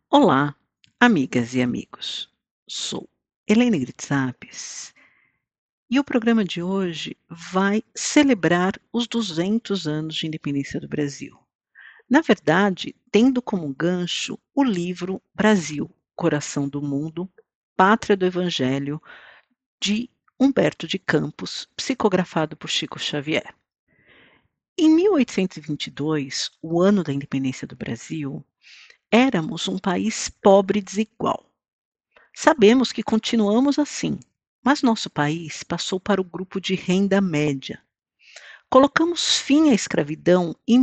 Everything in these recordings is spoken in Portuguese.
Olá, amigas e amigos. Sou Helene Gritzapes e o programa de hoje vai celebrar os 200 anos de independência do Brasil. Na verdade, tendo como gancho o livro Brasil, Coração do Mundo, Pátria do Evangelho, de Humberto de Campos, psicografado por Chico Xavier. Em 1822, o ano da independência do Brasil, éramos um país pobre e desigual. Sabemos que continuamos assim, mas nosso país passou para o grupo de renda média. Colocamos fim à escravidão em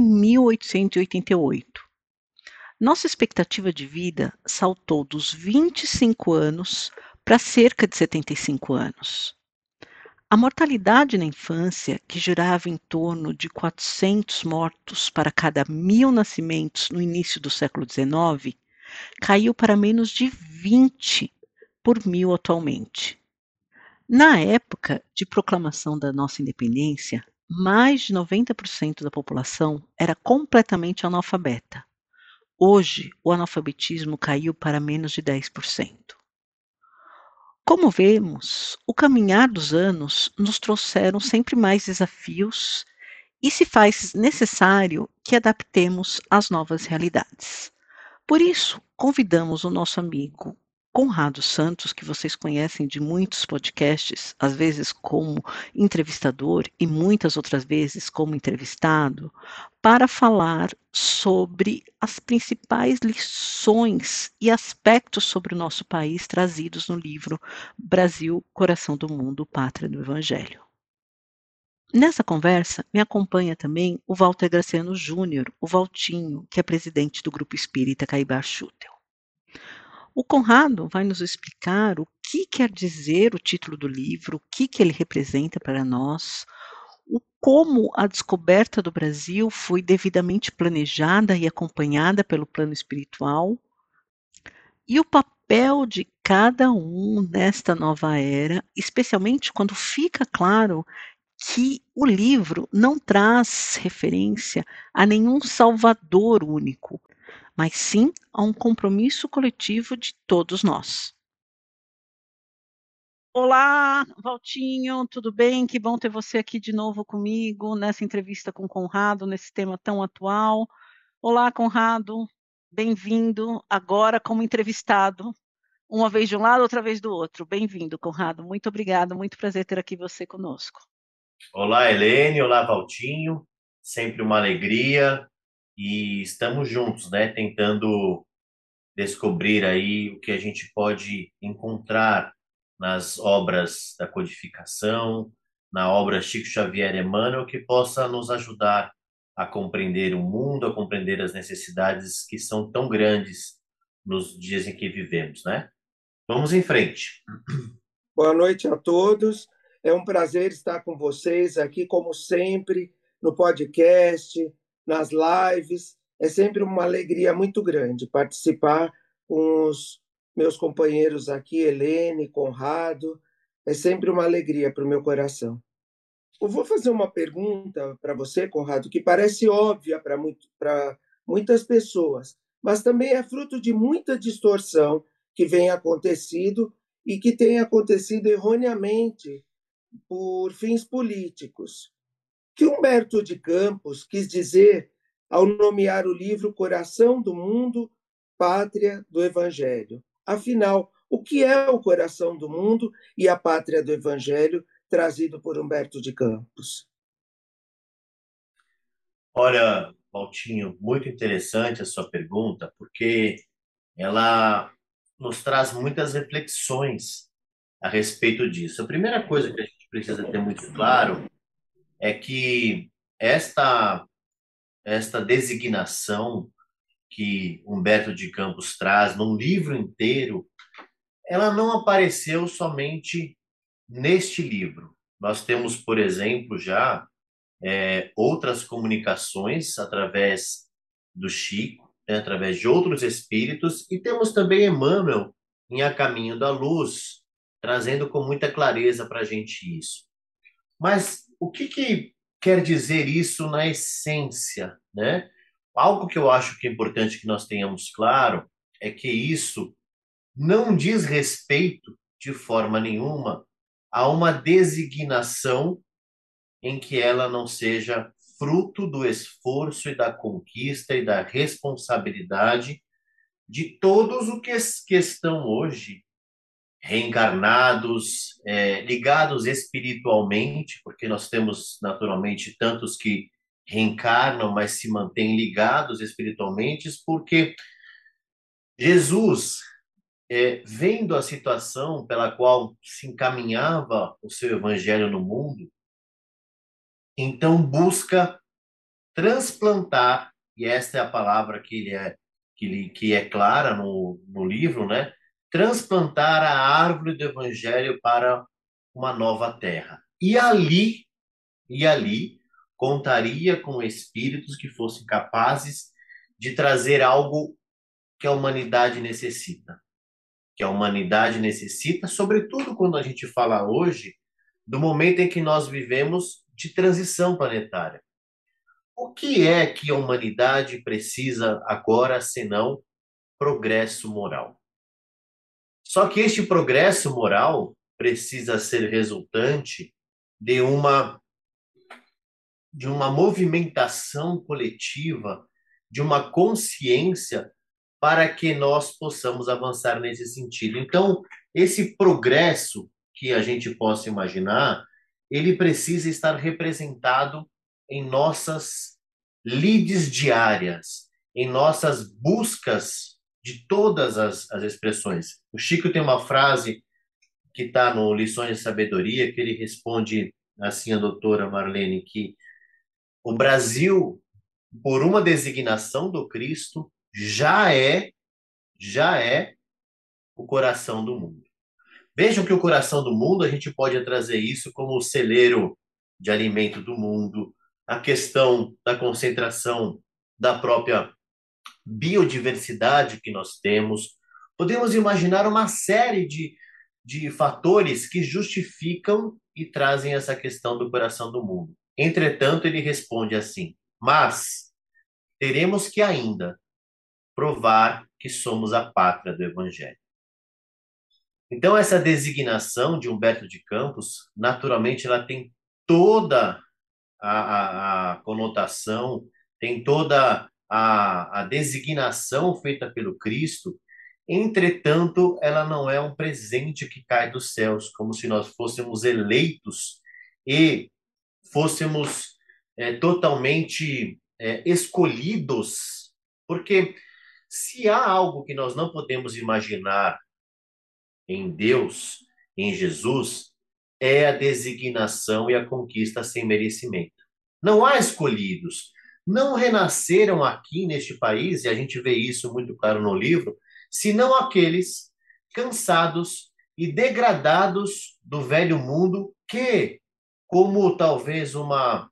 1888. Nossa expectativa de vida saltou dos 25 anos para cerca de 75 anos. A mortalidade na infância, que girava em torno de 400 mortos para cada 1.000 nascimentos no início do século XIX, caiu para menos de 20 por 1.000 atualmente. Na época de proclamação da nossa independência, mais de 90% da população era completamente analfabeta. Hoje, o analfabetismo caiu para menos de 10%. Como vemos, o caminhar dos anos nos trouxeram sempre mais desafios e se faz necessário que adaptemos às novas realidades. Por isso, convidamos o nosso amigo Conrado Santos, que vocês conhecem de muitos podcasts, às vezes como entrevistador e muitas outras vezes como entrevistado, para falar sobre as principais lições e aspectos sobre o nosso país trazidos no livro Brasil, Coração do Mundo, Pátria do Evangelho. Nessa conversa, me acompanha também o Walter Graciano Júnior, o Valtinho, que é presidente do Grupo Espírita Caibá Schutel. O Conrado vai nos explicar o que quer dizer o título do livro, o que ele representa para nós, como a descoberta do Brasil foi devidamente planejada e acompanhada pelo plano espiritual, e o papel de cada um nesta nova era, especialmente quando fica claro que o livro não traz referência a nenhum salvador único, mas sim a um compromisso coletivo de todos nós. Olá, Valtinho, tudo bem? Que bom ter você aqui de novo comigo nessa entrevista com o Conrado, nesse tema tão atual. Olá, Conrado, bem-vindo agora como entrevistado, uma vez de um lado, outra vez do outro. Bem-vindo, Conrado. Muito obrigada, muito prazer ter aqui você conosco. Olá, Helene. Olá, Valtinho. Sempre uma alegria e estamos juntos, né? Tentando descobrir aí o que a gente pode encontrar nas obras da codificação, na obra Chico Xavier Emmanuel, que possa nos ajudar a compreender o mundo, a compreender as necessidades que são tão grandes nos dias em que vivemos, né? Vamos em frente. Boa noite a todos. É um prazer estar com vocês aqui, como sempre, no podcast, nas lives. É sempre uma alegria muito grande participar com os meus companheiros aqui, Helene, Conrado. É sempre uma alegria para o meu coração. Eu vou fazer uma pergunta para você, Conrado, que parece óbvia para muitas pessoas, mas também é fruto de muita distorção que vem acontecido e que tem acontecido erroneamente por fins políticos. O que Humberto de Campos quis dizer ao nomear o livro Coração do Mundo, Pátria do Evangelho? Afinal, o que é o coração do mundo e a pátria do Evangelho, trazido por Humberto de Campos? Olha, Valtinho, muito interessante a sua pergunta, porque ela nos traz muitas reflexões a respeito disso. A primeira coisa que a gente precisa ter muito claro é que esta esta designação que Humberto de Campos traz num livro inteiro, ela não apareceu somente neste livro. Nós temos, por exemplo, já outras comunicações através do Chico, né, através de outros espíritos, e temos também Emmanuel em A Caminho da Luz, trazendo com muita clareza para a gente isso. Mas o que quer dizer isso na essência, né? Algo que eu acho que é importante que nós tenhamos claro é que isso não diz respeito, de forma nenhuma, a uma designação em que ela não seja fruto do esforço e da conquista e da responsabilidade de todos os que estão hoje reencarnados, ligados espiritualmente, porque nós temos naturalmente tantos que reencarnam, mas se mantêm ligados espiritualmente, porque Jesus, vendo a situação pela qual se encaminhava o seu evangelho no mundo, então busca transplantar, e esta é a palavra que é clara no livro, né? Transplantar a árvore do evangelho para uma nova terra. E ali contaria com espíritos que fossem capazes de trazer algo que a humanidade necessita. Que a humanidade necessita, sobretudo quando a gente fala hoje do momento em que nós vivemos de transição planetária. O que é que a humanidade precisa agora, senão progresso moral? Só que este progresso moral precisa ser resultante de uma de uma movimentação coletiva, de uma consciência para que nós possamos avançar nesse sentido. Então, esse progresso que a gente possa imaginar, ele precisa estar representado em nossas lides diárias, em nossas buscas de todas as expressões. O Chico tem uma frase que está no Lições de Sabedoria, que ele responde assim a doutora Marlene, que o Brasil, por uma designação do Cristo, já é o coração do mundo. Vejam que o coração do mundo, a gente pode trazer isso como o celeiro de alimento do mundo, a questão da concentração da própria biodiversidade que nós temos. Podemos imaginar uma série de fatores que justificam e trazem essa questão do coração do mundo. Entretanto, ele responde assim: mas teremos que ainda provar que somos a pátria do Evangelho. Então, essa designação de Humberto de Campos, naturalmente, ela tem toda a conotação, tem toda a designação feita pelo Cristo. Entretanto, ela não é um presente que cai dos céus, como se nós fôssemos eleitos e fôssemos totalmente escolhidos, porque se há algo que nós não podemos imaginar em Deus, em Jesus, é a designação e a conquista sem merecimento. Não há escolhidos. Não renasceram aqui neste país, e a gente vê isso muito claro no livro, senão aqueles cansados e degradados do velho mundo que, como talvez uma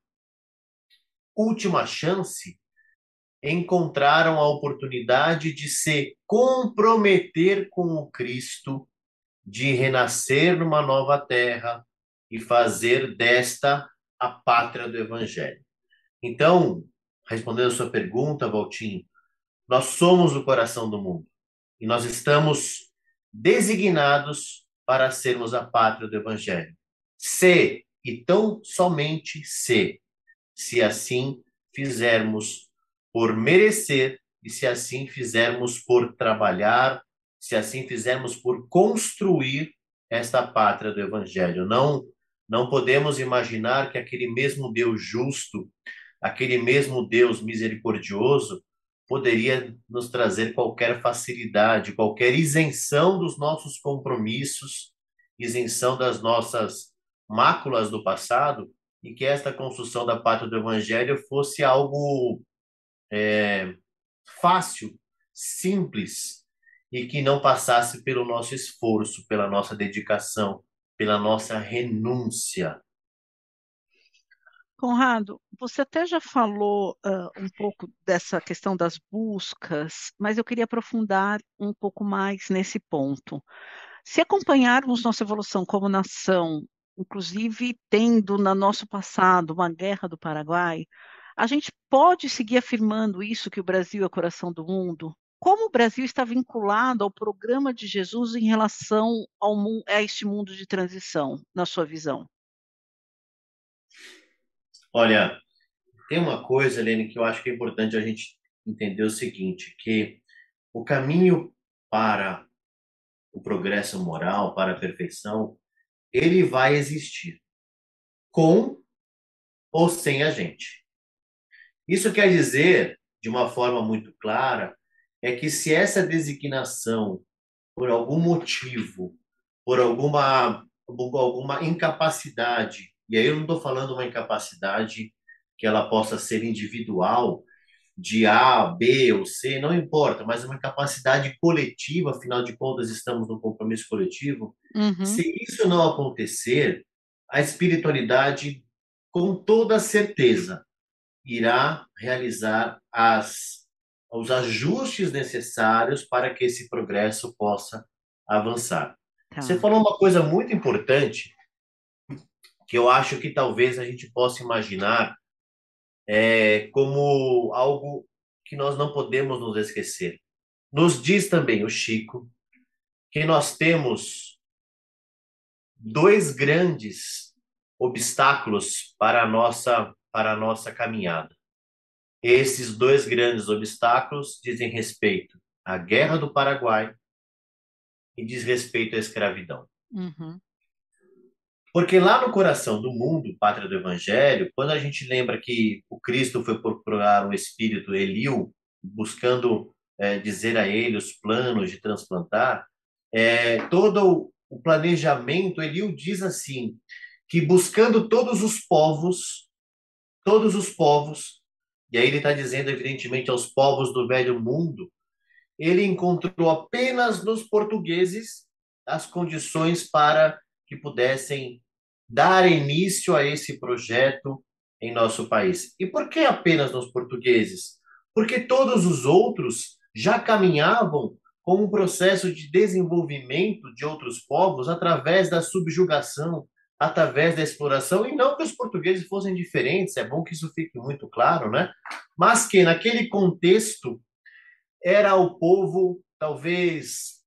última chance, encontraram a oportunidade de se comprometer com o Cristo, de renascer numa nova terra e fazer desta a pátria do Evangelho. Então, respondendo a sua pergunta, Valtinho, nós somos o coração do mundo e nós estamos designados para sermos a pátria do Evangelho. Se, e tão somente se assim fizermos por merecer e se assim fizermos por trabalhar, se assim fizermos por construir esta pátria do Evangelho. Não podemos imaginar que aquele mesmo Deus justo, aquele mesmo Deus misericordioso, poderia nos trazer qualquer facilidade, qualquer isenção dos nossos compromissos, isenção das nossas máculas do passado, e que esta construção da pátria do Evangelho fosse algo fácil, simples, e que não passasse pelo nosso esforço, pela nossa dedicação, pela nossa renúncia. Conrado, você até já falou um pouco dessa questão das buscas, mas eu queria aprofundar um pouco mais nesse ponto. Se acompanharmos nossa evolução como nação, inclusive tendo no nosso passado uma guerra do Paraguai, a gente pode seguir afirmando isso, que o Brasil é o coração do mundo? como o Brasil está vinculado ao programa de Jesus em relação a este mundo de transição, na sua visão? Olha, tem uma coisa, Helene, que eu acho que é importante a gente entender o seguinte, que o caminho para o progresso moral, para a perfeição, ele vai existir, com ou sem a gente. Isso quer dizer, de uma forma muito clara, é que se essa designação, por algum motivo, por alguma incapacidade, e aí eu não estou falando uma incapacidade que ela possa ser individual, de A, B ou C, não importa, mas uma incapacidade coletiva, afinal de contas estamos no compromisso coletivo. Uhum. Se isso não acontecer, a espiritualidade, com toda certeza, irá realizar os ajustes necessários para que esse progresso possa avançar. Você Tá. falou uma coisa muito importante que eu acho que talvez a gente possa imaginar como algo que nós não podemos nos esquecer. Nos diz também o Chico que nós temos dois grandes obstáculos para a nossa caminhada. Esses dois grandes obstáculos dizem respeito à Guerra do Paraguai e diz respeito à escravidão. Uhum. Porque lá no coração do mundo, pátria do Evangelho, quando a gente lembra que o Cristo foi procurar um espírito Eliu, buscando dizer a ele os planos de transplantar, todo o planejamento, Eliu diz assim, que buscando todos os povos, e aí ele está dizendo, evidentemente, aos povos do velho mundo, ele encontrou apenas nos portugueses as condições para que pudessem dar início a esse projeto em nosso país. E por que apenas nos portugueses? Porque todos os outros já caminhavam com um processo de desenvolvimento de outros povos através da subjugação, através da exploração, e não que os portugueses fossem diferentes, é bom que isso fique muito claro, né? Mas que naquele contexto era o povo talvez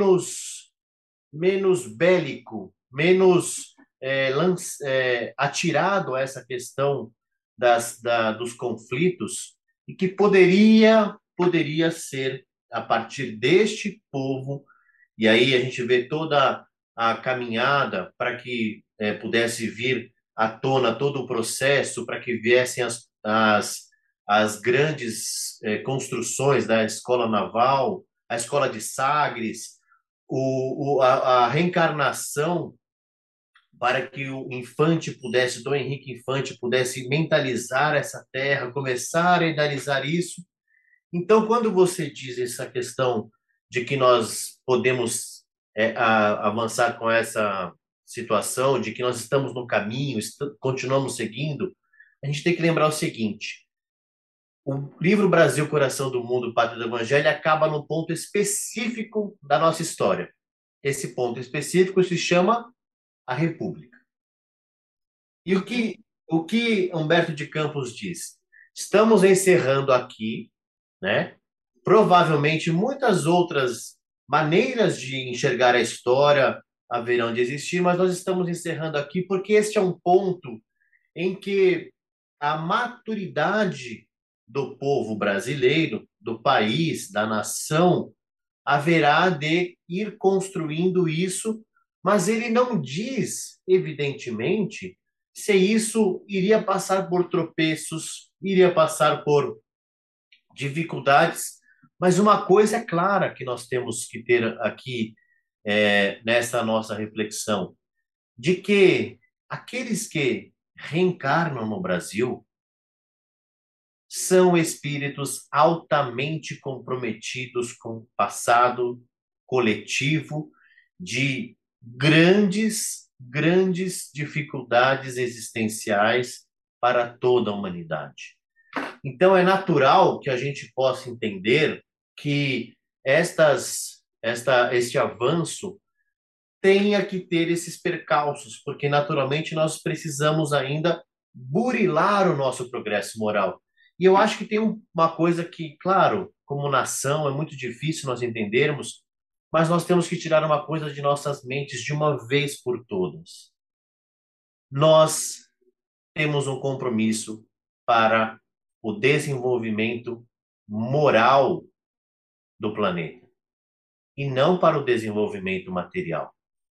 menos bélico, menos atirado a essa questão dos conflitos e que poderia ser a partir deste povo, e aí a gente vê toda a caminhada para que pudesse vir à tona todo o processo, para que viessem as grandes construções da escola naval, a escola de Sagres, a reencarnação para que o infante pudesse, Dom Henrique Infante, pudesse mentalizar essa terra, começar a idealizar isso. Então, quando você diz essa questão de que nós podemos avançar com essa situação, de que nós estamos no caminho, continuamos seguindo, a gente tem que lembrar o seguinte: o livro Brasil, Coração do Mundo, Pátria do Evangelho acaba num ponto específico da nossa história. Esse ponto específico se chama a República. E o que Humberto de Campos diz? Estamos encerrando aqui, né? Provavelmente muitas outras maneiras de enxergar a história haverão de existir, mas nós estamos encerrando aqui porque este é um ponto em que a maturidade do povo brasileiro, do país, da nação, haverá de ir construindo isso, mas ele não diz, evidentemente, se isso iria passar por tropeços, iria passar por dificuldades, mas uma coisa é clara que nós temos que ter aqui nessa nossa reflexão, de que aqueles que reencarnam no Brasil são espíritos altamente comprometidos com o passado coletivo de grandes dificuldades existenciais para toda a humanidade. Então, é natural que a gente possa entender que este avanço tenha que ter esses percalços, porque naturalmente nós precisamos ainda burilar o nosso progresso moral. E eu acho que tem uma coisa que, claro, como nação, é muito difícil nós entendermos, mas nós temos que tirar uma coisa de nossas mentes de uma vez por todas. Nós temos um compromisso para o desenvolvimento moral do planeta e não para o desenvolvimento material.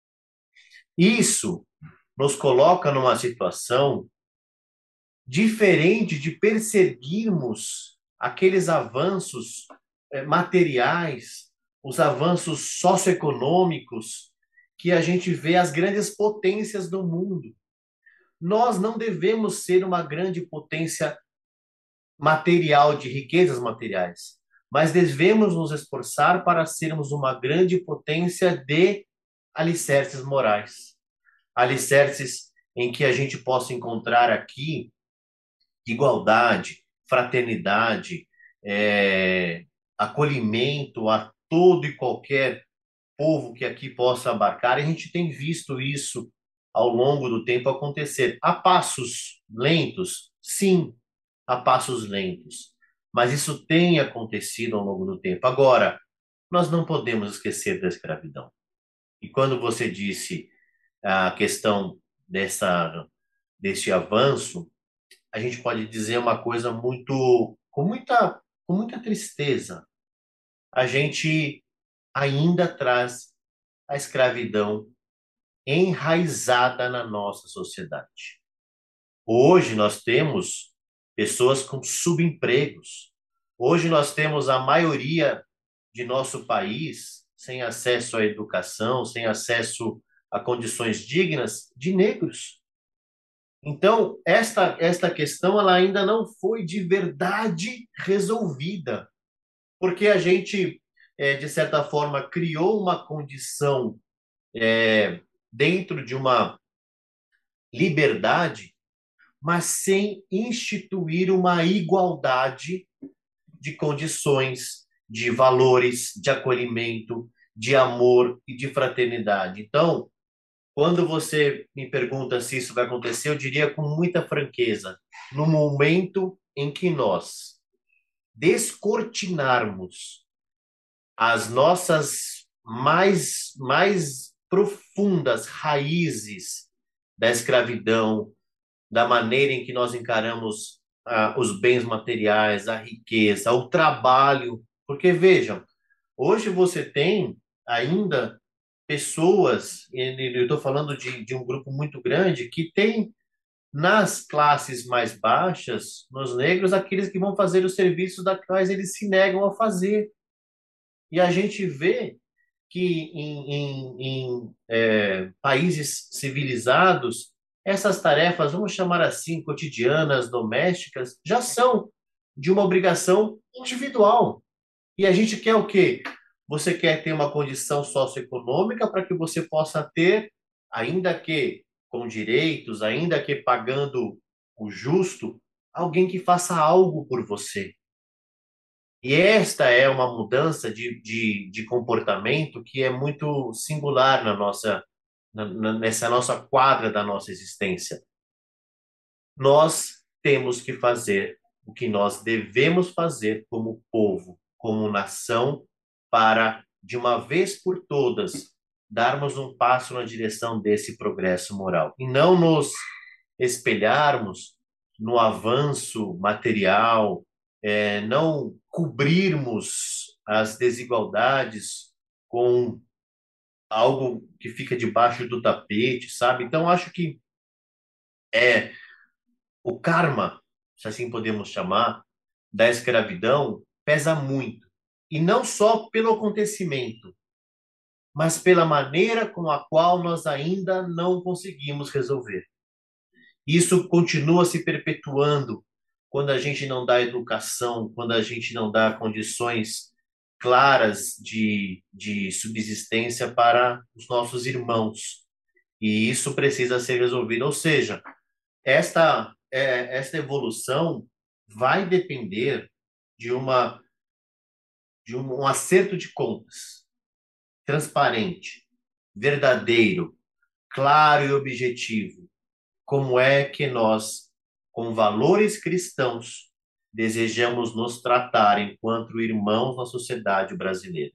Isso nos coloca numa situação diferente de perseguirmos aqueles avanços materiais, os avanços socioeconômicos que a gente vê as grandes potências do mundo. Nós não devemos ser uma grande potência material, de riquezas materiais, mas devemos nos esforçar para sermos uma grande potência de alicerces morais, alicerces em que a gente possa encontrar aqui igualdade, fraternidade, acolhimento a todo e qualquer povo que aqui possa abarcar. E a gente tem visto isso ao longo do tempo acontecer. A passos lentos, sim, a passos lentos. Mas isso tem acontecido ao longo do tempo. Agora, nós não podemos esquecer da escravidão. E quando você disse a questão desse avanço, a gente pode dizer uma coisa com muita tristeza. A gente ainda traz a escravidão enraizada na nossa sociedade. Hoje nós temos pessoas com subempregos. Hoje nós temos a maioria de nosso país sem acesso à educação, sem acesso a condições dignas de negros. Então, esta questão ela ainda não foi de verdade resolvida, porque a gente, de certa forma, criou uma condição dentro de uma liberdade, mas sem instituir uma igualdade de condições, de valores, de acolhimento, de amor e de fraternidade. Então, quando você me pergunta se isso vai acontecer, eu diria com muita franqueza, no momento em que nós descortinarmos as nossas mais profundas raízes da escravidão, da maneira em que nós encaramos os bens materiais, a riqueza, o trabalho, porque vejam, hoje você tem ainda pessoas, eu estou falando de um grupo muito grande, que tem nas classes mais baixas, nos negros, aqueles que vão fazer os serviços da quais eles se negam a fazer. E a gente vê que em países civilizados, essas tarefas, vamos chamar assim, cotidianas, domésticas, já são de uma obrigação individual. E a gente quer o quê? Você quer ter uma condição socioeconômica para que você possa ter, ainda que com direitos, ainda que pagando o justo, alguém que faça algo por você. E esta é uma mudança de comportamento que é muito singular nessa nossa quadra da nossa existência. Nós temos que fazer o que nós devemos fazer como povo, como nação, para, de uma vez por todas, darmos um passo na direção desse progresso moral. E não nos espelharmos no avanço material, não cobrirmos as desigualdades com algo que fica debaixo do tapete, sabe? Então, acho que é o karma, se assim podemos chamar, da escravidão pesa muito. E não só pelo acontecimento, mas pela maneira com a qual nós ainda não conseguimos resolver. Isso continua se perpetuando quando a gente não dá educação, quando a gente não dá condições claras de subsistência para os nossos irmãos. E isso precisa ser resolvido. Ou seja, esta evolução vai depender de um acerto de contas transparente, verdadeiro, claro e objetivo. Como é que nós, com valores cristãos, desejamos nos tratar enquanto irmãos na sociedade brasileira?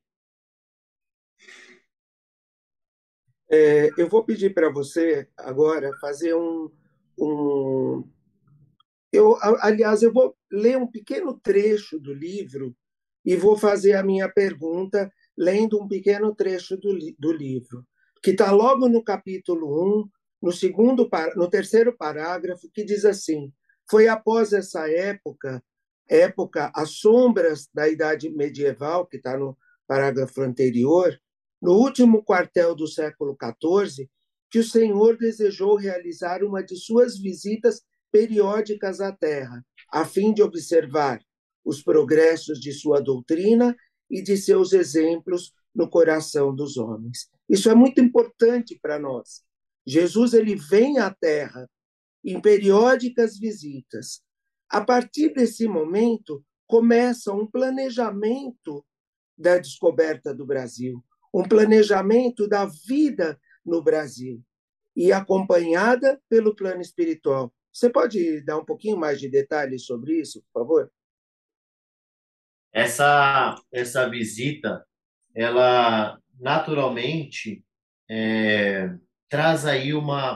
Eu vou pedir para você agora fazer um aliás, eu vou ler um pequeno trecho do livro e vou fazer a minha pergunta lendo um pequeno trecho do livro, que está logo no capítulo 1, no terceiro parágrafo, que diz assim: foi após essa época, as sombras da Idade Medieval, que está no parágrafo anterior, no último quartel do século XIV, que o Senhor desejou realizar uma de suas visitas periódicas à Terra, a fim de observar os progressos de sua doutrina e de seus exemplos no coração dos homens. Isso é muito importante para nós. Jesus ele vem à Terra em periódicas visitas. A partir desse momento, começa um planejamento da descoberta do Brasil, um planejamento da vida no Brasil, e acompanhada pelo plano espiritual. Você pode dar um pouquinho mais de detalhes sobre isso, por favor? Essa visita, ela naturalmente traz aí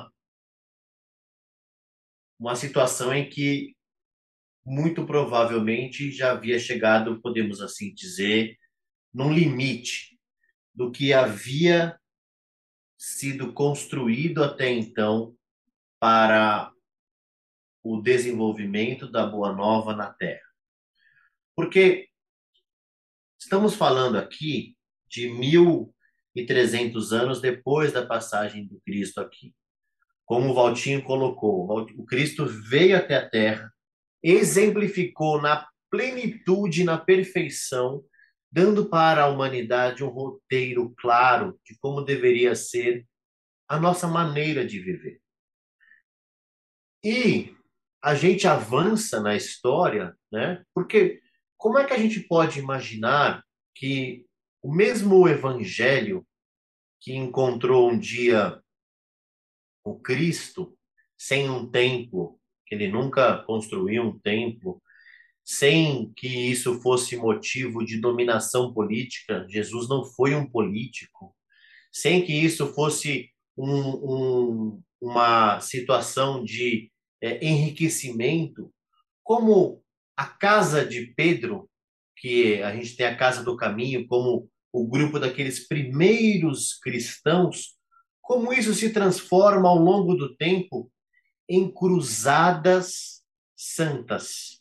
uma situação em que muito provavelmente já havia chegado, podemos assim dizer, num limite do que havia sido construído até então para o desenvolvimento da Boa Nova na Terra. Porque estamos falando aqui de 1.300 anos depois da passagem do Cristo aqui. Como o Valtinho colocou, o Cristo veio até a Terra, exemplificou na plenitude, na perfeição, dando para a humanidade um roteiro claro de como deveria ser a nossa maneira de viver. E a gente avança na história, né? Porque como é que a gente pode imaginar que o mesmo evangelho que encontrou um dia o Cristo sem um templo, que ele nunca construiu um templo, sem que isso fosse motivo de dominação política, Jesus não foi um político, sem que isso fosse uma situação de enriquecimento, como a casa de Pedro, que a gente tem a Casa do Caminho, como o grupo daqueles primeiros cristãos, como isso se transforma ao longo do tempo em cruzadas santas,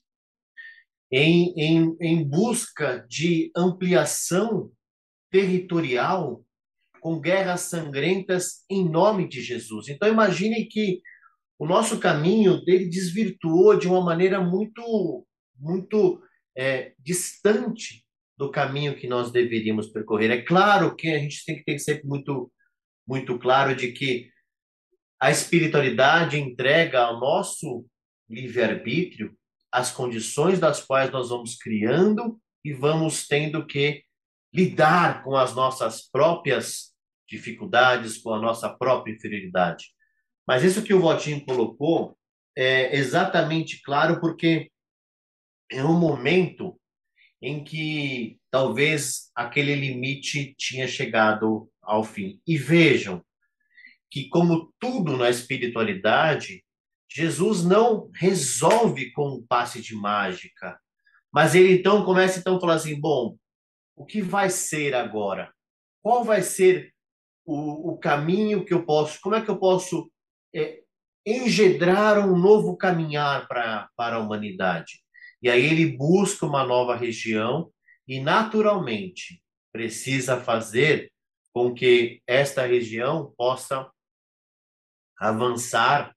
em busca de ampliação territorial com guerras sangrentas em nome de Jesus. Então imagine que o nosso caminho dele desvirtuou de uma maneira muito distante do caminho que nós deveríamos percorrer. É claro que a gente tem que ter sempre muito claro de que a espiritualidade entrega ao nosso livre-arbítrio as condições das quais nós vamos criando e vamos tendo que lidar com as nossas próprias dificuldades, com a nossa própria inferioridade. Mas isso que o Valtinho colocou é exatamente claro porque é um momento em que talvez aquele limite tinha chegado ao fim. E vejam que, como tudo na espiritualidade, Jesus não resolve com um passe de mágica, mas ele então começa a falar assim, bom, o que vai ser agora? Qual vai ser o caminho que eu posso, como é que eu posso é, engendrar um novo caminhar para a humanidade? E aí ele busca uma nova região e, naturalmente, precisa fazer com que esta região possa avançar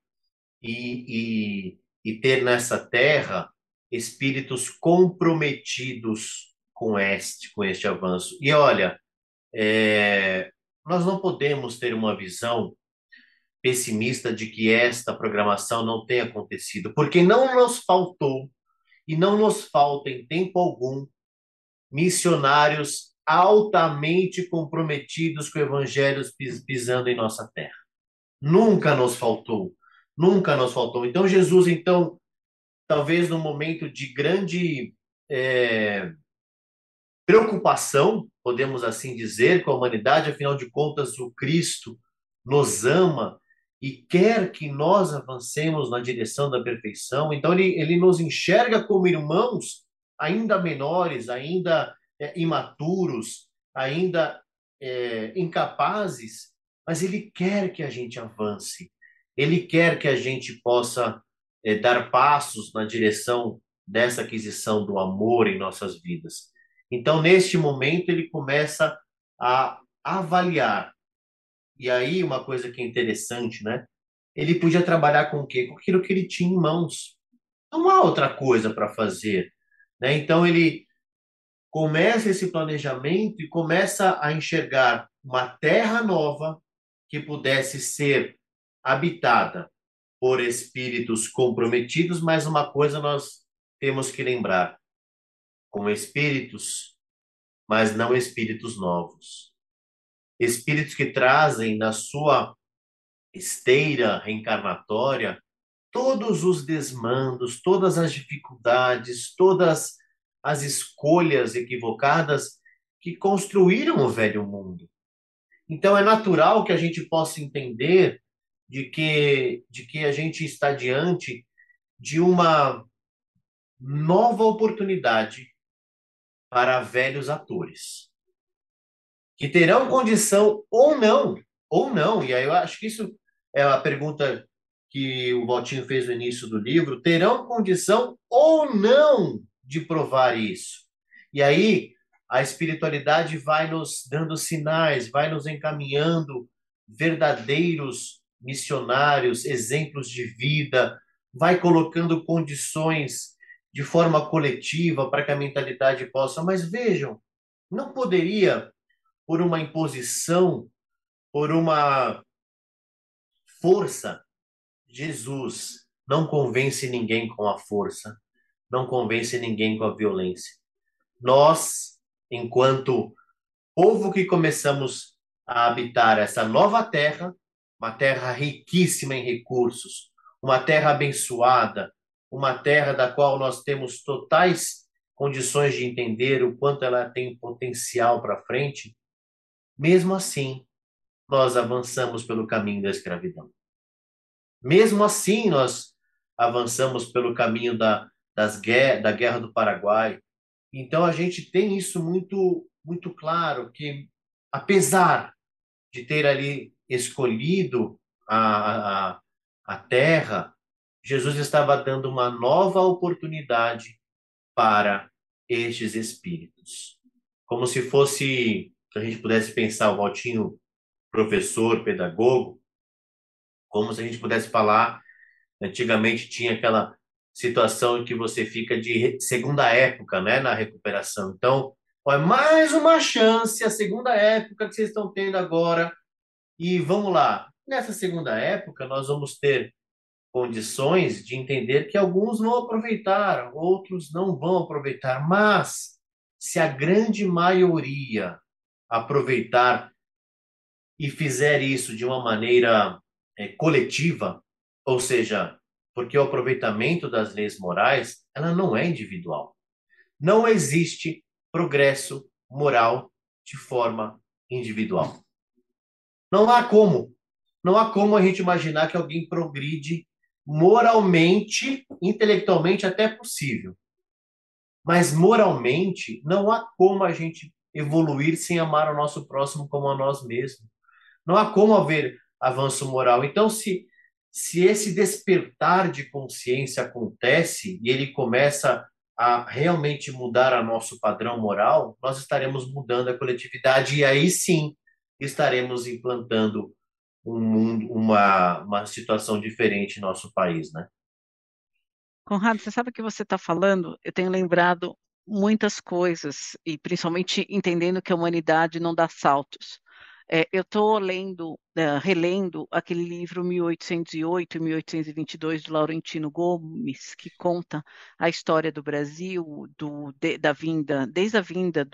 e ter nessa terra espíritos comprometidos com este avanço. E olha, nós não podemos ter uma visão pessimista de que esta programação não tenha acontecido, porque não nos faltou e não nos falta em tempo algum missionários altamente comprometidos com o evangelho pisando em nossa terra. Nunca nos faltou, nunca nos faltou. Então Jesus talvez num momento de grande preocupação, podemos assim dizer, com a humanidade, afinal de contas, o Cristo nos ama e quer que nós avancemos na direção da perfeição. Então, ele nos enxerga como irmãos ainda menores, ainda imaturos, ainda incapazes, mas ele quer que a gente avance. Ele quer que a gente possa dar passos na direção dessa aquisição do amor em nossas vidas. Então, neste momento, ele começa a avaliar. E aí, uma coisa que é interessante, né? Ele podia trabalhar com o quê? Com aquilo que ele tinha em mãos. Não há outra coisa para fazer, né? Então, ele começa esse planejamento e começa a enxergar uma terra nova que pudesse ser habitada por espíritos comprometidos, mas uma coisa nós temos que lembrar: com espíritos, mas não espíritos novos. Espíritos que trazem na sua esteira reencarnatória todos os desmandos, todas as dificuldades, todas as escolhas equivocadas que construíram o velho mundo. Então é natural que a gente possa entender de que a gente está diante de uma nova oportunidade para velhos atores, que terão condição ou não, e aí eu acho que isso é a pergunta que o Valtinho fez no início do livro, terão condição ou não de provar isso. E aí a espiritualidade vai nos dando sinais, vai nos encaminhando verdadeiros missionários, exemplos de vida, vai colocando condições de forma coletiva para que a mentalidade possa. Mas vejam, não poderia, por uma imposição, por uma força, Jesus não convence ninguém com a força, não convence ninguém com a violência. Nós, enquanto povo que começamos a habitar essa nova terra, uma terra riquíssima em recursos, uma terra abençoada, uma terra da qual nós temos totais condições de entender o quanto ela tem potencial para frente, mesmo assim, nós avançamos pelo caminho da escravidão. Mesmo assim, nós avançamos pelo caminho da Guerra do Paraguai. Então, a gente tem isso muito, muito claro, que apesar de ter ali escolhido a terra, Jesus estava dando uma nova oportunidade para estes espíritos. Como se fosse, se a gente pudesse pensar, o Valtinho, professor, pedagogo, como se a gente pudesse falar, antigamente tinha aquela situação em que você fica de segunda época, né, na recuperação. Então, ó, é mais uma chance, a segunda época que vocês estão tendo agora, e vamos lá. Nessa segunda época, nós vamos ter condições de entender que alguns vão aproveitar, outros não vão aproveitar, mas se a grande maioria aproveitar e fizer isso de uma maneira coletiva, ou seja, porque o aproveitamento das leis morais, ela não é individual. Não existe progresso moral de forma individual. Não há como. Não há como a gente imaginar que alguém progride moralmente, intelectualmente até possível. Mas moralmente, não há como a gente evoluir sem amar o nosso próximo como a nós mesmos. Não há como haver avanço moral. Então, se esse despertar de consciência acontece e ele começa a realmente mudar a nosso padrão moral, nós estaremos mudando a coletividade e aí sim estaremos implantando um mundo, uma situação diferente em nosso país, né? Conrado, você sabe o que você está falando? Eu tenho lembrado muitas coisas, e principalmente entendendo que a humanidade não dá saltos. Eu estou lendo, relendo aquele livro 1808 e 1822 do Laurentino Gomes, que conta a história do Brasil, da vinda, desde a vinda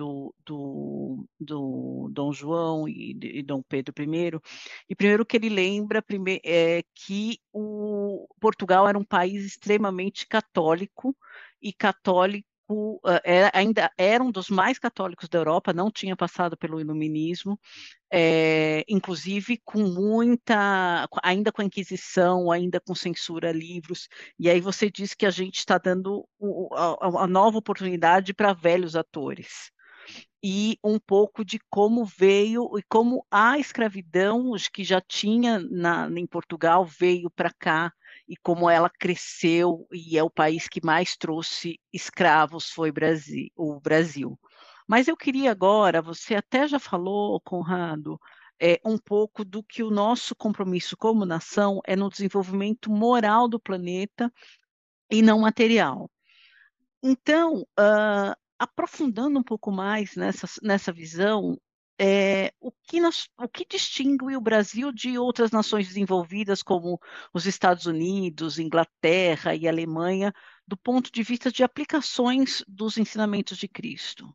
do Dom João e Dom Pedro I. E primeiro que ele lembra que Portugal era um país extremamente católico, e católico, ainda era um dos mais católicos da Europa, não tinha passado pelo iluminismo, inclusive com ainda com a Inquisição, ainda com censura a livros, e aí você diz que a gente está dando a nova oportunidade para velhos atores. E um pouco de como veio e como a escravidão, os que já tinha em Portugal, veio para cá, e como ela cresceu, e é o país que mais trouxe escravos, foi o Brasil. Mas eu queria agora, você até já falou, Conrado, um pouco do que o nosso compromisso como nação é no desenvolvimento moral do planeta e não material. Então, aprofundando um pouco mais nessa visão, o que distingue o Brasil de outras nações desenvolvidas, como os Estados Unidos, Inglaterra e Alemanha, do ponto de vista de aplicações dos ensinamentos de Cristo?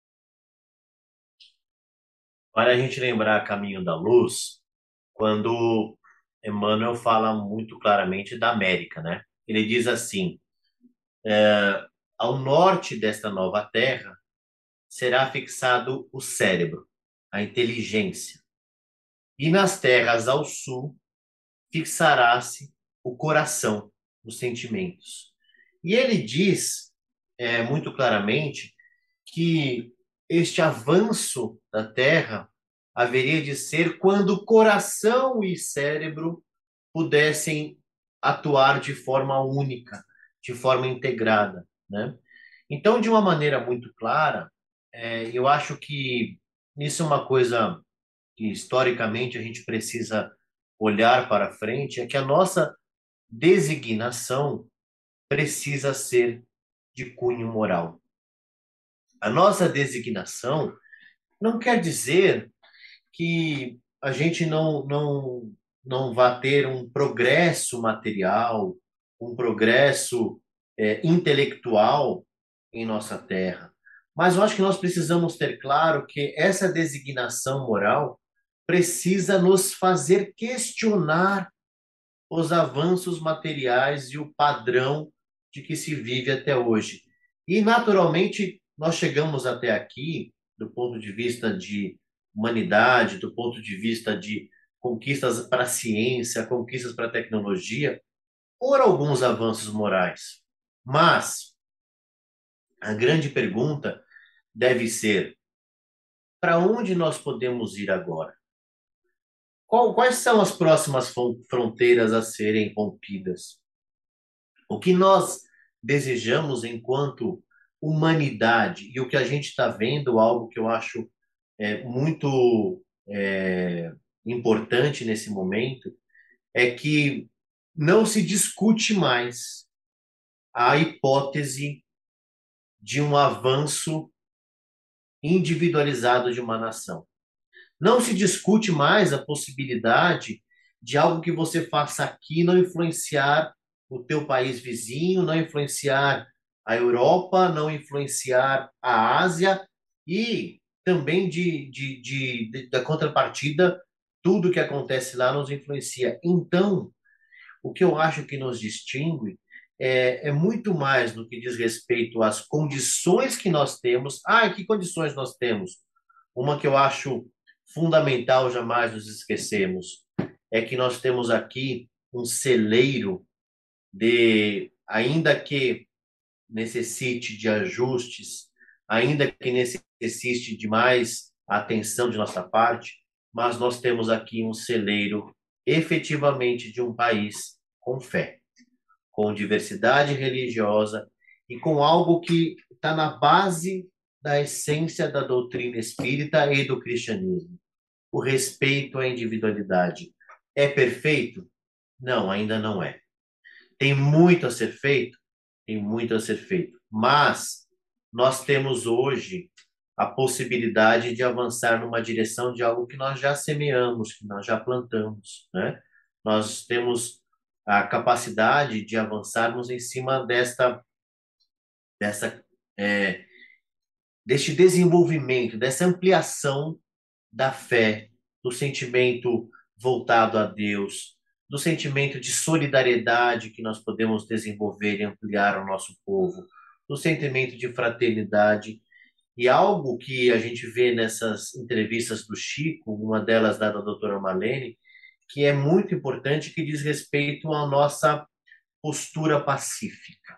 Vale a gente lembrar Caminho da Luz, quando Emmanuel fala muito claramente da América, né? Ele diz assim: ao norte desta nova terra será fixado o cérebro, a inteligência, e nas terras ao sul fixará-se o coração, os sentimentos. E ele diz muito claramente que este avanço da Terra haveria de ser quando coração e cérebro pudessem atuar de forma única, de forma integrada, né? Então, de uma maneira muito clara, eu acho que isso é uma coisa que historicamente a gente precisa olhar para frente, é que a nossa designação precisa ser de cunho moral. A nossa designação não quer dizer que a gente não vá ter um progresso material, um progresso intelectual em nossa terra. Mas eu acho que nós precisamos ter claro que essa designação moral precisa nos fazer questionar os avanços materiais e o padrão de que se vive até hoje. E, naturalmente, nós chegamos até aqui, do ponto de vista de humanidade, do ponto de vista de conquistas para a ciência, conquistas para a tecnologia, por alguns avanços morais. Mas a grande pergunta deve ser: para onde nós podemos ir agora? Quais são as próximas fronteiras a serem rompidas? O que nós desejamos enquanto humanidade, e o que a gente está vendo, algo que eu acho muito importante nesse momento, é que não se discute mais a hipótese de um avanço individualizado de uma nação. Não se discute mais a possibilidade de algo que você faça aqui não influenciar o teu país vizinho, não influenciar a Europa, não influenciar a Ásia e também da contrapartida, tudo que acontece lá nos influencia. Então, o que eu acho que nos distingue é muito mais no que diz respeito às condições que nós temos. Ah, que condições nós temos? Uma que eu acho fundamental, jamais nos esquecemos, é que nós temos aqui um celeiro ainda que necessite de ajustes, ainda que necessite de mais atenção de nossa parte, mas nós temos aqui um celeiro efetivamente de um país com fé, com diversidade religiosa e com algo que está na base da essência da doutrina espírita e do cristianismo: o respeito à individualidade. É perfeito? Não, ainda não é. Tem muito a ser feito? Tem muito a ser feito. Mas nós temos hoje a possibilidade de avançar numa direção de algo que nós já semeamos, que nós já plantamos, né? Nós temos a capacidade de avançarmos em cima dessa, é, deste desenvolvimento, dessa ampliação da fé, do sentimento voltado a Deus, do sentimento de solidariedade que nós podemos desenvolver e ampliar ao nosso povo, do sentimento de fraternidade. E algo que a gente vê nessas entrevistas do Chico, uma delas dada à doutora Marlene, que é muito importante, que diz respeito à nossa postura pacífica.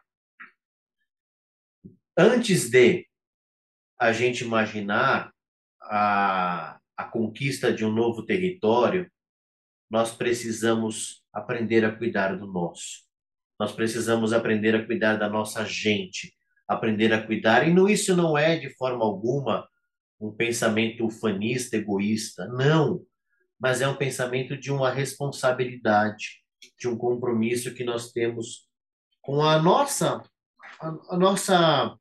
Antes de a gente imaginar a conquista de um novo território, nós precisamos aprender a cuidar do nosso. Nós precisamos aprender a cuidar da nossa gente, aprender a cuidar. E isso não é, de forma alguma, um pensamento ufanista, egoísta. Não, mas é um pensamento de uma responsabilidade, de um compromisso que nós temos com a nossa,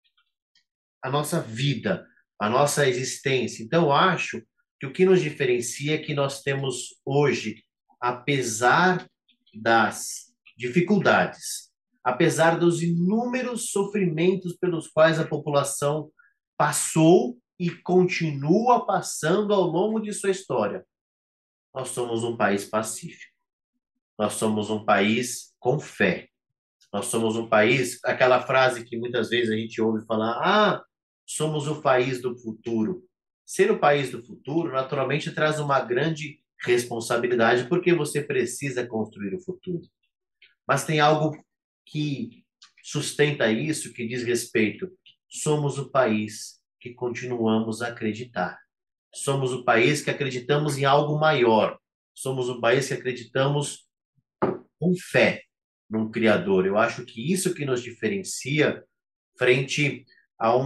a nossa vida, a nossa existência. Então, eu acho que o que nos diferencia é que nós temos hoje, apesar das dificuldades, apesar dos inúmeros sofrimentos pelos quais a população passou e continua passando ao longo de sua história, nós somos um país pacífico. Nós somos um país com fé. Nós somos um país, aquela frase que muitas vezes a gente ouve falar, somos o país do futuro. Ser o país do futuro, naturalmente, traz uma grande responsabilidade, porque você precisa construir o futuro. Mas tem algo que sustenta isso, que diz respeito. Somos o país que continuamos a acreditar. Somos o país que acreditamos em algo maior. Somos o país que acreditamos com fé num Criador. Eu acho que isso que nos diferencia frente a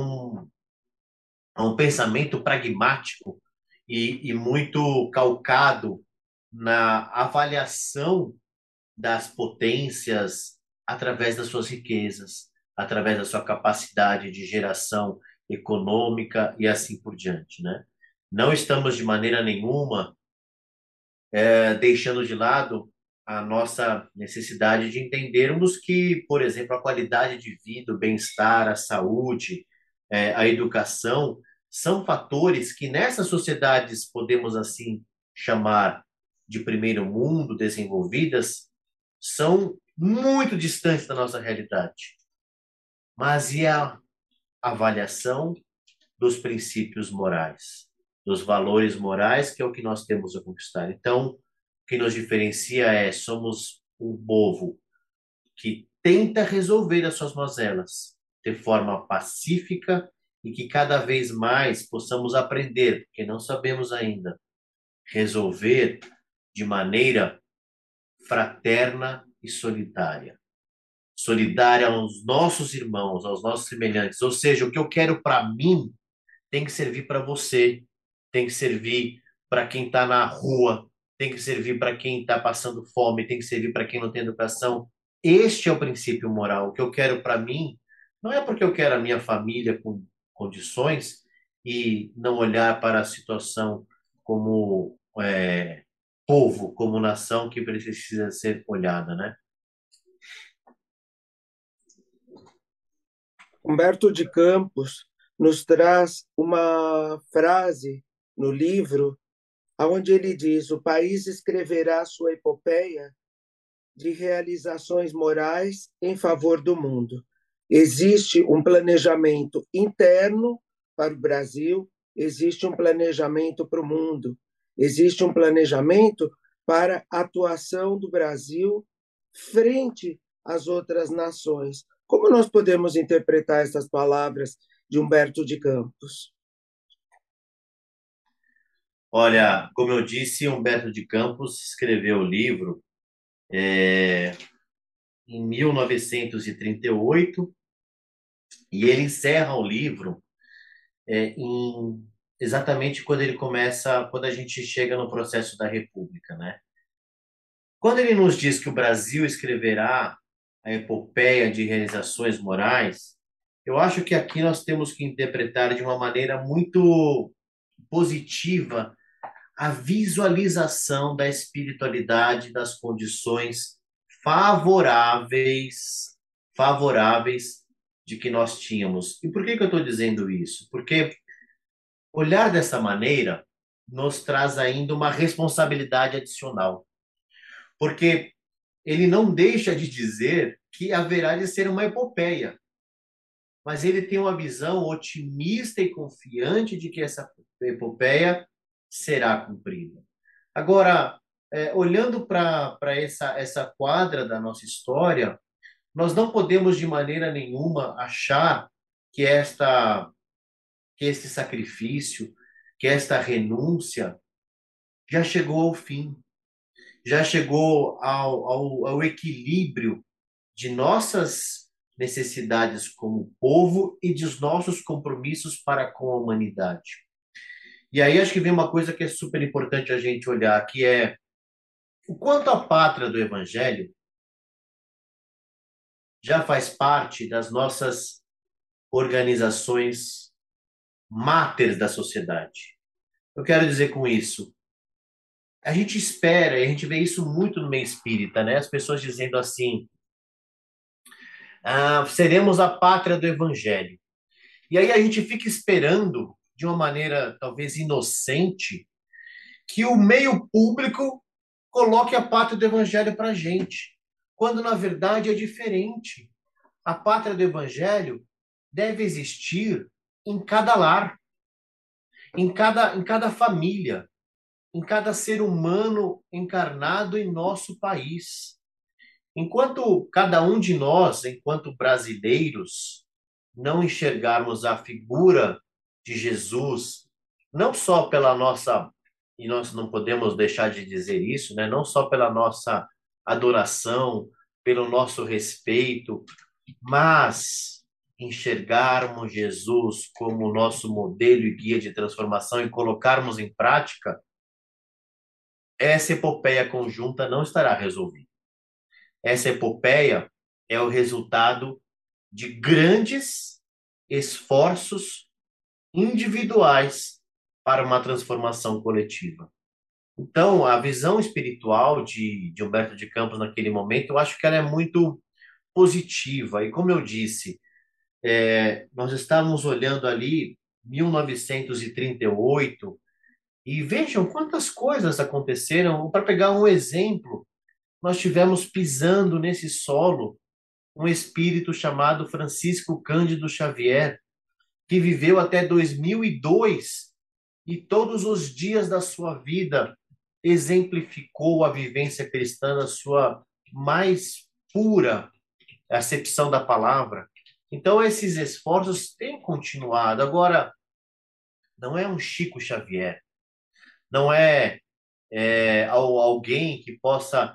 um pensamento pragmático e muito calcado na avaliação das potências através das suas riquezas, através da sua capacidade de geração econômica e assim por diante, né? Não estamos de maneira nenhuma deixando de lado a nossa necessidade de entendermos que, por exemplo, a qualidade de vida, o bem-estar, a saúde, a educação, são fatores que nessas sociedades, podemos assim chamar de primeiro mundo, desenvolvidas, são muito distantes da nossa realidade. Mas e a avaliação dos princípios morais, dos valores morais, que é o que nós temos a conquistar? Então, o que nos diferencia somos um povo que tenta resolver as suas mazelas de forma pacífica e que cada vez mais possamos aprender, porque não sabemos ainda, resolver de maneira fraterna e solidária. Solidária aos nossos irmãos, aos nossos semelhantes. Ou seja, o que eu quero para mim tem que servir para você, tem que servir para quem está na rua, tem que servir para quem está passando fome, tem que servir para quem não tem educação. Este é o princípio moral. O que eu quero para mim não é porque eu quero a minha família com condições e não olhar para a situação como povo, como nação que precisa ser olhada, né? Humberto de Campos nos traz uma frase no livro onde ele diz: o país escreverá sua epopeia de realizações morais em favor do mundo. Existe um planejamento interno para o Brasil, existe um planejamento para o mundo, existe um planejamento para a atuação do Brasil frente às outras nações. Como nós podemos interpretar essas palavras de Humberto de Campos? Olha, como eu disse, Humberto de Campos escreveu o livro em 1938 e ele encerra o livro exatamente quando ele começa, quando a gente chega no processo da República, né? Quando ele nos diz que o Brasil escreverá a epopeia de realizações morais, eu acho que aqui nós temos que interpretar de uma maneira muito positiva a visualização da espiritualidade, das condições favoráveis de que nós tínhamos. E por que eu estou dizendo isso? Porque olhar dessa maneira nos traz ainda uma responsabilidade adicional. porque ele não deixa de dizer que haverá de ser uma epopeia, mas ele tem uma visão otimista e confiante de que essa epopeia será cumprida. Agora, olhando para essa quadra da nossa história, nós não podemos de maneira nenhuma achar que que este sacrifício, que esta renúncia já chegou ao fim, já chegou ao equilíbrio de nossas necessidades como povo e dos nossos compromissos para com a humanidade. E aí acho que vem uma coisa que é super importante a gente olhar, que é o quanto a pátria do Evangelho já faz parte das nossas organizações máteres da sociedade. Eu quero dizer com isso, a gente espera, e a gente vê isso muito no meio espírita, né? As pessoas dizendo assim, seremos a pátria do Evangelho. E aí a gente fica esperando, de uma maneira talvez inocente, que o meio público coloque a pátria do Evangelho para a gente, quando na verdade é diferente. A pátria do Evangelho deve existir em cada lar, em cada família, em cada ser humano encarnado em nosso país. Enquanto cada um de nós, enquanto brasileiros, não enxergarmos a figura de Jesus, não só pela nossa, e nós não podemos deixar de dizer isso, né? Não só pela nossa adoração, pelo nosso respeito, mas enxergarmos Jesus como nosso modelo e guia de transformação e colocarmos em prática, essa epopeia conjunta não estará resolvida. Essa epopeia é o resultado de grandes esforços individuais para uma transformação coletiva. Então, a visão espiritual de Humberto de Campos naquele momento, eu acho que ela é muito positiva. E como eu disse, nós estávamos olhando ali 1938 e vejam quantas coisas aconteceram. Para pegar um exemplo, nós tivemos pisando nesse solo um espírito chamado Francisco Cândido Xavier, que viveu até 2002 e todos os dias da sua vida exemplificou a vivência cristã na sua mais pura acepção da palavra. Então, esses esforços têm continuado. Agora, não é um Chico Xavier, não alguém que possa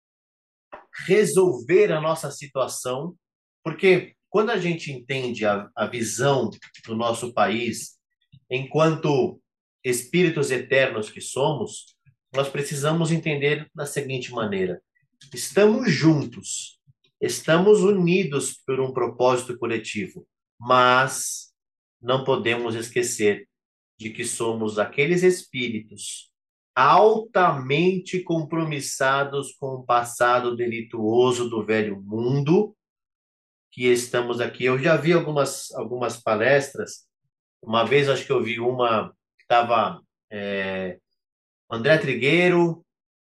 resolver a nossa situação, porque quando a gente entende a visão do nosso país enquanto espíritos eternos que somos, nós precisamos entender da seguinte maneira: estamos juntos, estamos unidos por um propósito coletivo, mas não podemos esquecer de que somos aqueles espíritos altamente compromissados com o passado delituoso do velho mundo, que estamos aqui. Eu já vi algumas palestras. Uma vez acho que eu vi uma que estava André Trigueiro,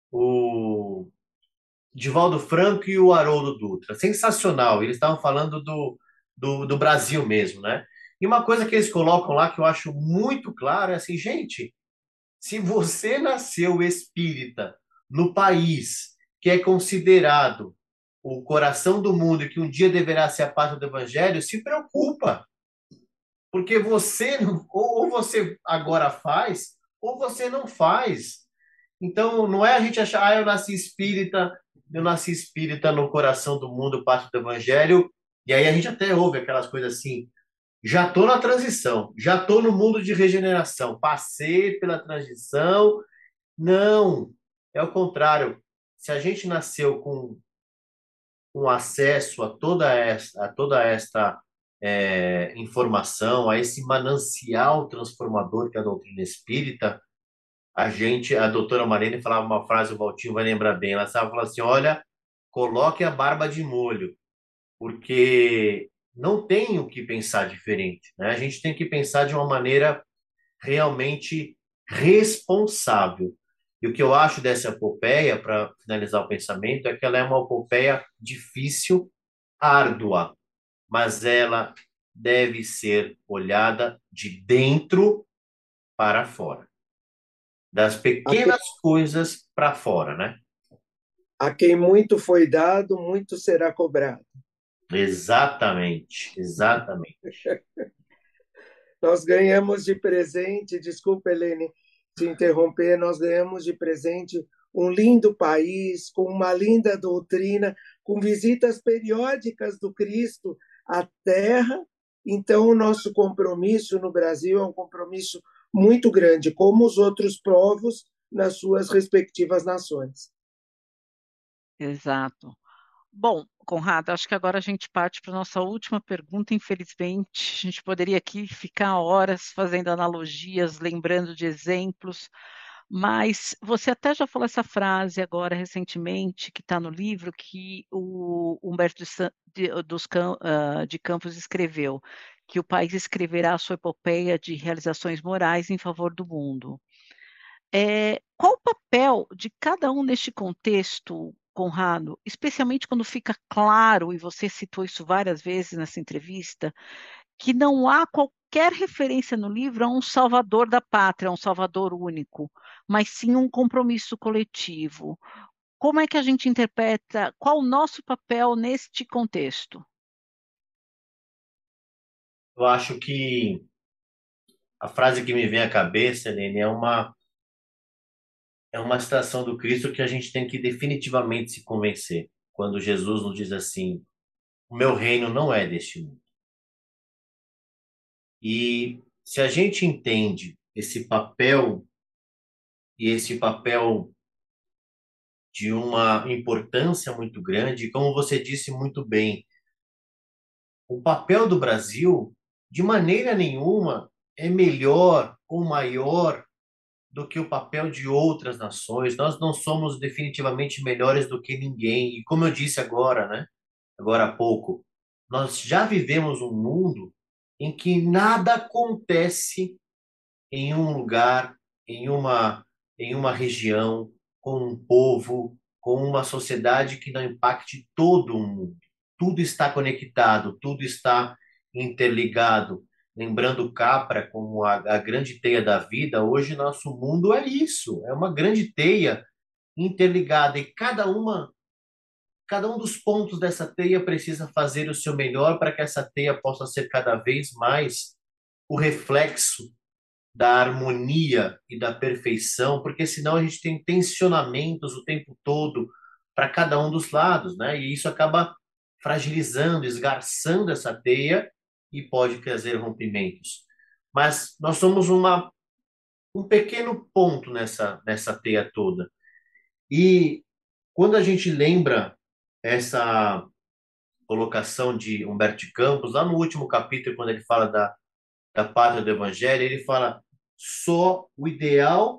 o Divaldo Franco e o Haroldo Dutra. Sensacional. Eles estavam falando do Brasil mesmo, né? E uma coisa que eles colocam lá que eu acho muito claro é assim, gente, se você nasceu espírita no país que é considerado o coração do mundo e que um dia deverá ser a pátria do evangelho, se preocupa. Porque você ou você agora faz, ou você não faz. Então, não é a gente achar, eu nasci espírita no coração do mundo, pátria do evangelho, e aí a gente até ouve aquelas coisas assim, já estou na transição, já estou no mundo de regeneração, passei pela transição. Não, é o contrário. Se a gente nasceu com acesso a toda esta informação, a esse manancial transformador que é a doutrina espírita, a doutora Marlene falava uma frase, o Valtinho vai lembrar bem, ela estava falando assim, olha, coloque a barba de molho, porque não tem o que pensar diferente, né? A gente tem que pensar de uma maneira realmente responsável. E o que eu acho dessa epopeia, para finalizar o pensamento, é que ela é uma epopeia difícil, árdua, mas ela deve ser olhada de dentro para fora, das A quem, pequenas coisas para fora, né? a quem muito foi dado, muito será cobrado. Exatamente, exatamente. Nós ganhamos de presente, desculpa, Helene, te interromper, nós ganhamos de presente um lindo país, com uma linda doutrina, com visitas periódicas do Cristo à Terra. Então, o nosso compromisso no Brasil é um compromisso muito grande, como os outros povos nas suas respectivas nações. Exato. Bom, Conrado, acho que agora a gente parte para a nossa última pergunta. Infelizmente, a gente poderia aqui ficar horas fazendo analogias, lembrando de exemplos, mas você até já falou essa frase agora recentemente, que está no livro, que o Humberto de Campos escreveu, que o país escreverá a sua epopeia de realizações morais em favor do mundo. Qual o papel de cada um neste contexto, Conrado, especialmente quando fica claro, e você citou isso várias vezes nessa entrevista, que não há qualquer referência no livro a um salvador da pátria, a um salvador único, mas sim um compromisso coletivo. Como é que a gente interpreta, qual o nosso papel neste contexto? Eu acho que a frase que me vem à cabeça, Helene, é uma citação do Cristo que a gente tem que definitivamente se convencer. Quando Jesus nos diz assim: o meu reino não é deste mundo. E se a gente entende esse papel, e esse papel de uma importância muito grande, como você disse muito bem, o papel do Brasil, de maneira nenhuma, é melhor ou maior do que o papel de outras nações. Nós não somos definitivamente melhores do que ninguém. E como eu disse agora, né? Agora há pouco, nós já vivemos um mundo em que nada acontece em um lugar, em uma, em uma região, com um povo, com uma sociedade que não impacte todo o mundo. Tudo está conectado, tudo está interligado. Lembrando Capra como a grande teia da vida, hoje nosso mundo é isso, é uma grande teia interligada e cada um dos pontos dessa teia precisa fazer o seu melhor para que essa teia possa ser cada vez mais o reflexo da harmonia e da perfeição, porque senão a gente tem tensionamentos o tempo todo para cada um dos lados, né? E isso acaba fragilizando, esgarçando essa teia e pode trazer rompimentos. Mas nós somos um pequeno ponto nessa teia toda. E quando a gente lembra essa colocação de Humberto de Campos, lá no último capítulo, quando ele fala da pátria do evangelho, ele fala só o ideal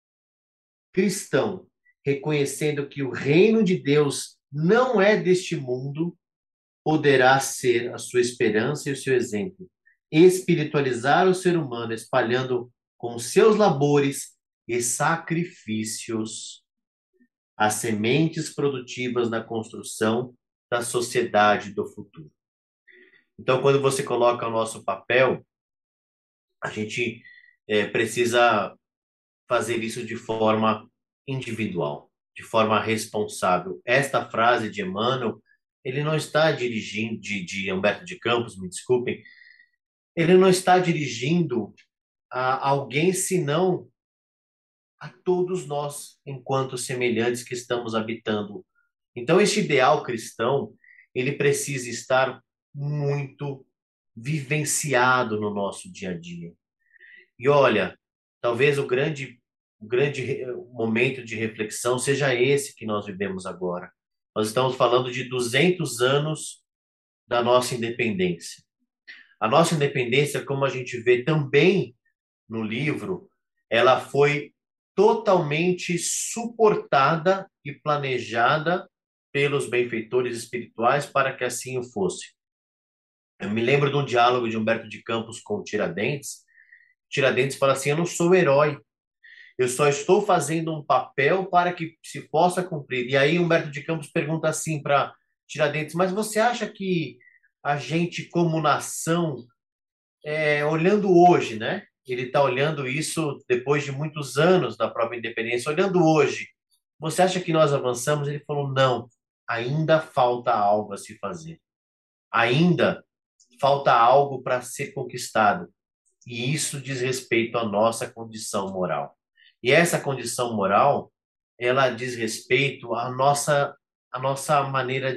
cristão, reconhecendo que o reino de Deus não é deste mundo, poderá ser a sua esperança e o seu exemplo. Espiritualizar o ser humano, espalhando com seus labores e sacrifícios as sementes produtivas na construção da sociedade do futuro. Então, quando você coloca o nosso papel, a gente precisa fazer isso de forma individual, de forma responsável. Esta frase de Emmanuel, ele não está dirigindo, de Humberto de Campos, me desculpem, ele não está dirigindo a alguém senão a todos nós, enquanto semelhantes que estamos habitando. Então, este ideal cristão, ele precisa estar muito vivenciado no nosso dia a dia. E olha, talvez o grande momento de reflexão seja esse que nós vivemos agora. Nós estamos falando de 200 anos da nossa independência. A nossa independência, como a gente vê também no livro, ela foi totalmente suportada e planejada pelos benfeitores espirituais para que assim o fosse. Eu me lembro de um diálogo de Humberto de Campos com o Tiradentes. Tiradentes fala assim: eu não sou herói, eu só estou fazendo um papel para que se possa cumprir. E aí Humberto de Campos pergunta assim para Tiradentes, mas você acha que a gente como nação, olhando hoje, né? Ele está olhando isso depois de muitos anos da própria independência, olhando hoje, você acha que nós avançamos? Ele falou, não, ainda falta algo a se fazer. Ainda falta algo para ser conquistado. E isso diz respeito à nossa condição moral. E essa condição moral, ela diz respeito à nossa maneira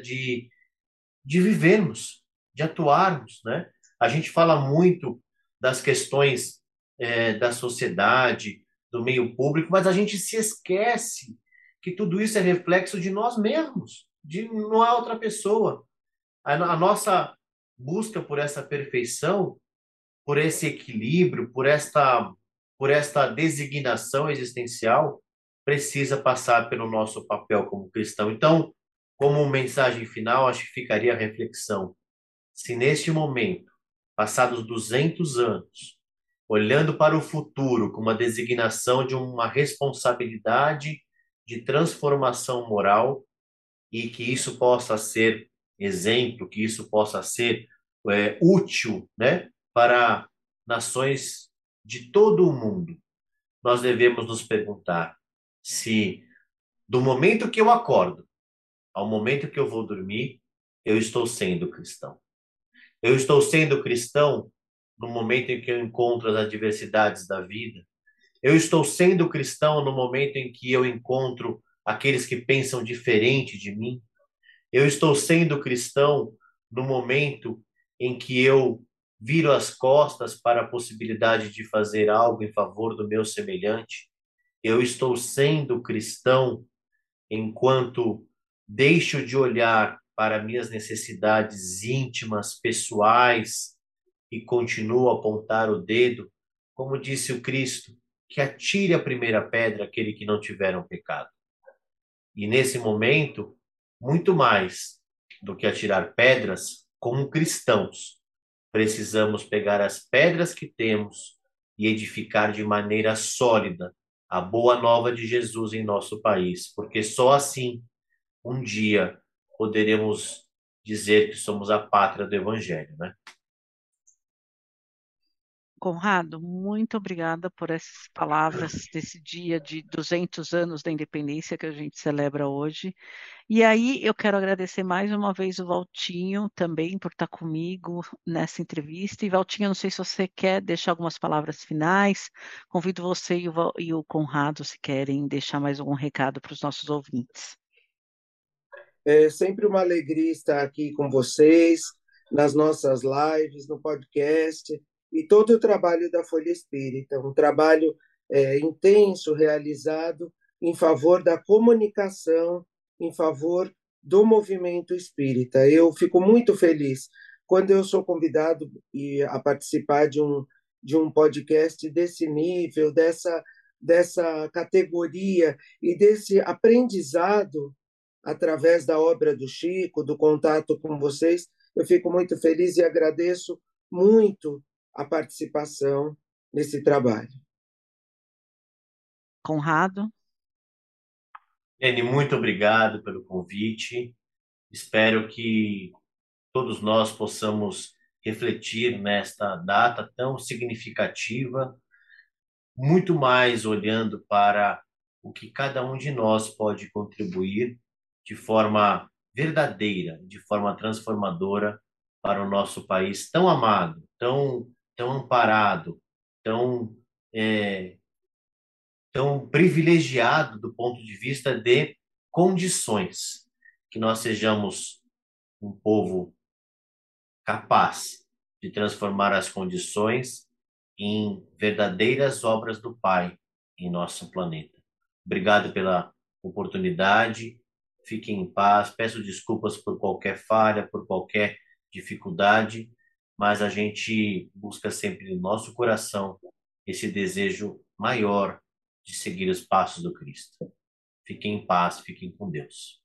de vivermos, de atuarmos, né? A gente fala muito das questões da sociedade, do meio público, mas a gente se esquece que tudo isso é reflexo de nós mesmos, de não há outra pessoa. A nossa busca por essa perfeição, por esse equilíbrio, por esta designação existencial, precisa passar pelo nosso papel como cristão. Então, como mensagem final, acho que ficaria a reflexão. Se neste momento, passados 200 anos, olhando para o futuro com uma designação de uma responsabilidade de transformação moral, e que isso possa ser exemplo, que isso possa ser útil, né, para nações de todo o mundo, nós devemos nos perguntar se do momento que eu acordo ao momento que eu vou dormir, eu estou sendo cristão. Eu estou sendo cristão no momento em que eu encontro as adversidades da vida. Eu estou sendo cristão no momento em que eu encontro aqueles que pensam diferente de mim. Eu estou sendo cristão no momento em que eu viro as costas para a possibilidade de fazer algo em favor do meu semelhante. Eu estou sendo cristão enquanto deixo de olhar para minhas necessidades íntimas, pessoais, e continuo a apontar o dedo, como disse o Cristo, que atire a primeira pedra aquele que não tiver um pecado. E nesse momento, muito mais do que atirar pedras, como cristãos, precisamos pegar as pedras que temos e edificar de maneira sólida a boa nova de Jesus em nosso país, porque só assim, um dia, poderemos dizer que somos a pátria do Evangelho, né? Conrado, muito obrigada por essas palavras desse dia de 200 anos da independência que a gente celebra hoje. E aí eu quero agradecer mais uma vez o Valtinho também por estar comigo nessa entrevista. E Valtinho, eu não sei se você quer deixar algumas palavras finais. Convido você e o Conrado, se querem deixar mais algum recado para os nossos ouvintes. É sempre uma alegria estar aqui com vocês, nas nossas lives, no podcast, e todo o trabalho da Folha Espírita, um trabalho intenso realizado em favor da comunicação, em favor do movimento espírita. Eu fico muito feliz quando eu sou convidado a participar de um podcast desse nível, dessa categoria e desse aprendizado através da obra do Chico, do contato com vocês. Eu fico muito feliz e agradeço muito a participação nesse trabalho. Conrado? Ene, muito obrigado pelo convite. Espero que todos nós possamos refletir nesta data tão significativa, muito mais olhando para o que cada um de nós pode contribuir de forma verdadeira, de forma transformadora para o nosso país tão amado, tão amparado, tão, é, tão privilegiado do ponto de vista de condições. Que nós sejamos um povo capaz de transformar as condições em verdadeiras obras do Pai em nosso planeta. Obrigado pela oportunidade. Fiquem em paz. Peço desculpas por qualquer falha, por qualquer dificuldade, mas a gente busca sempre no nosso coração esse desejo maior de seguir os passos do Cristo. Fiquem em paz, fiquem com Deus.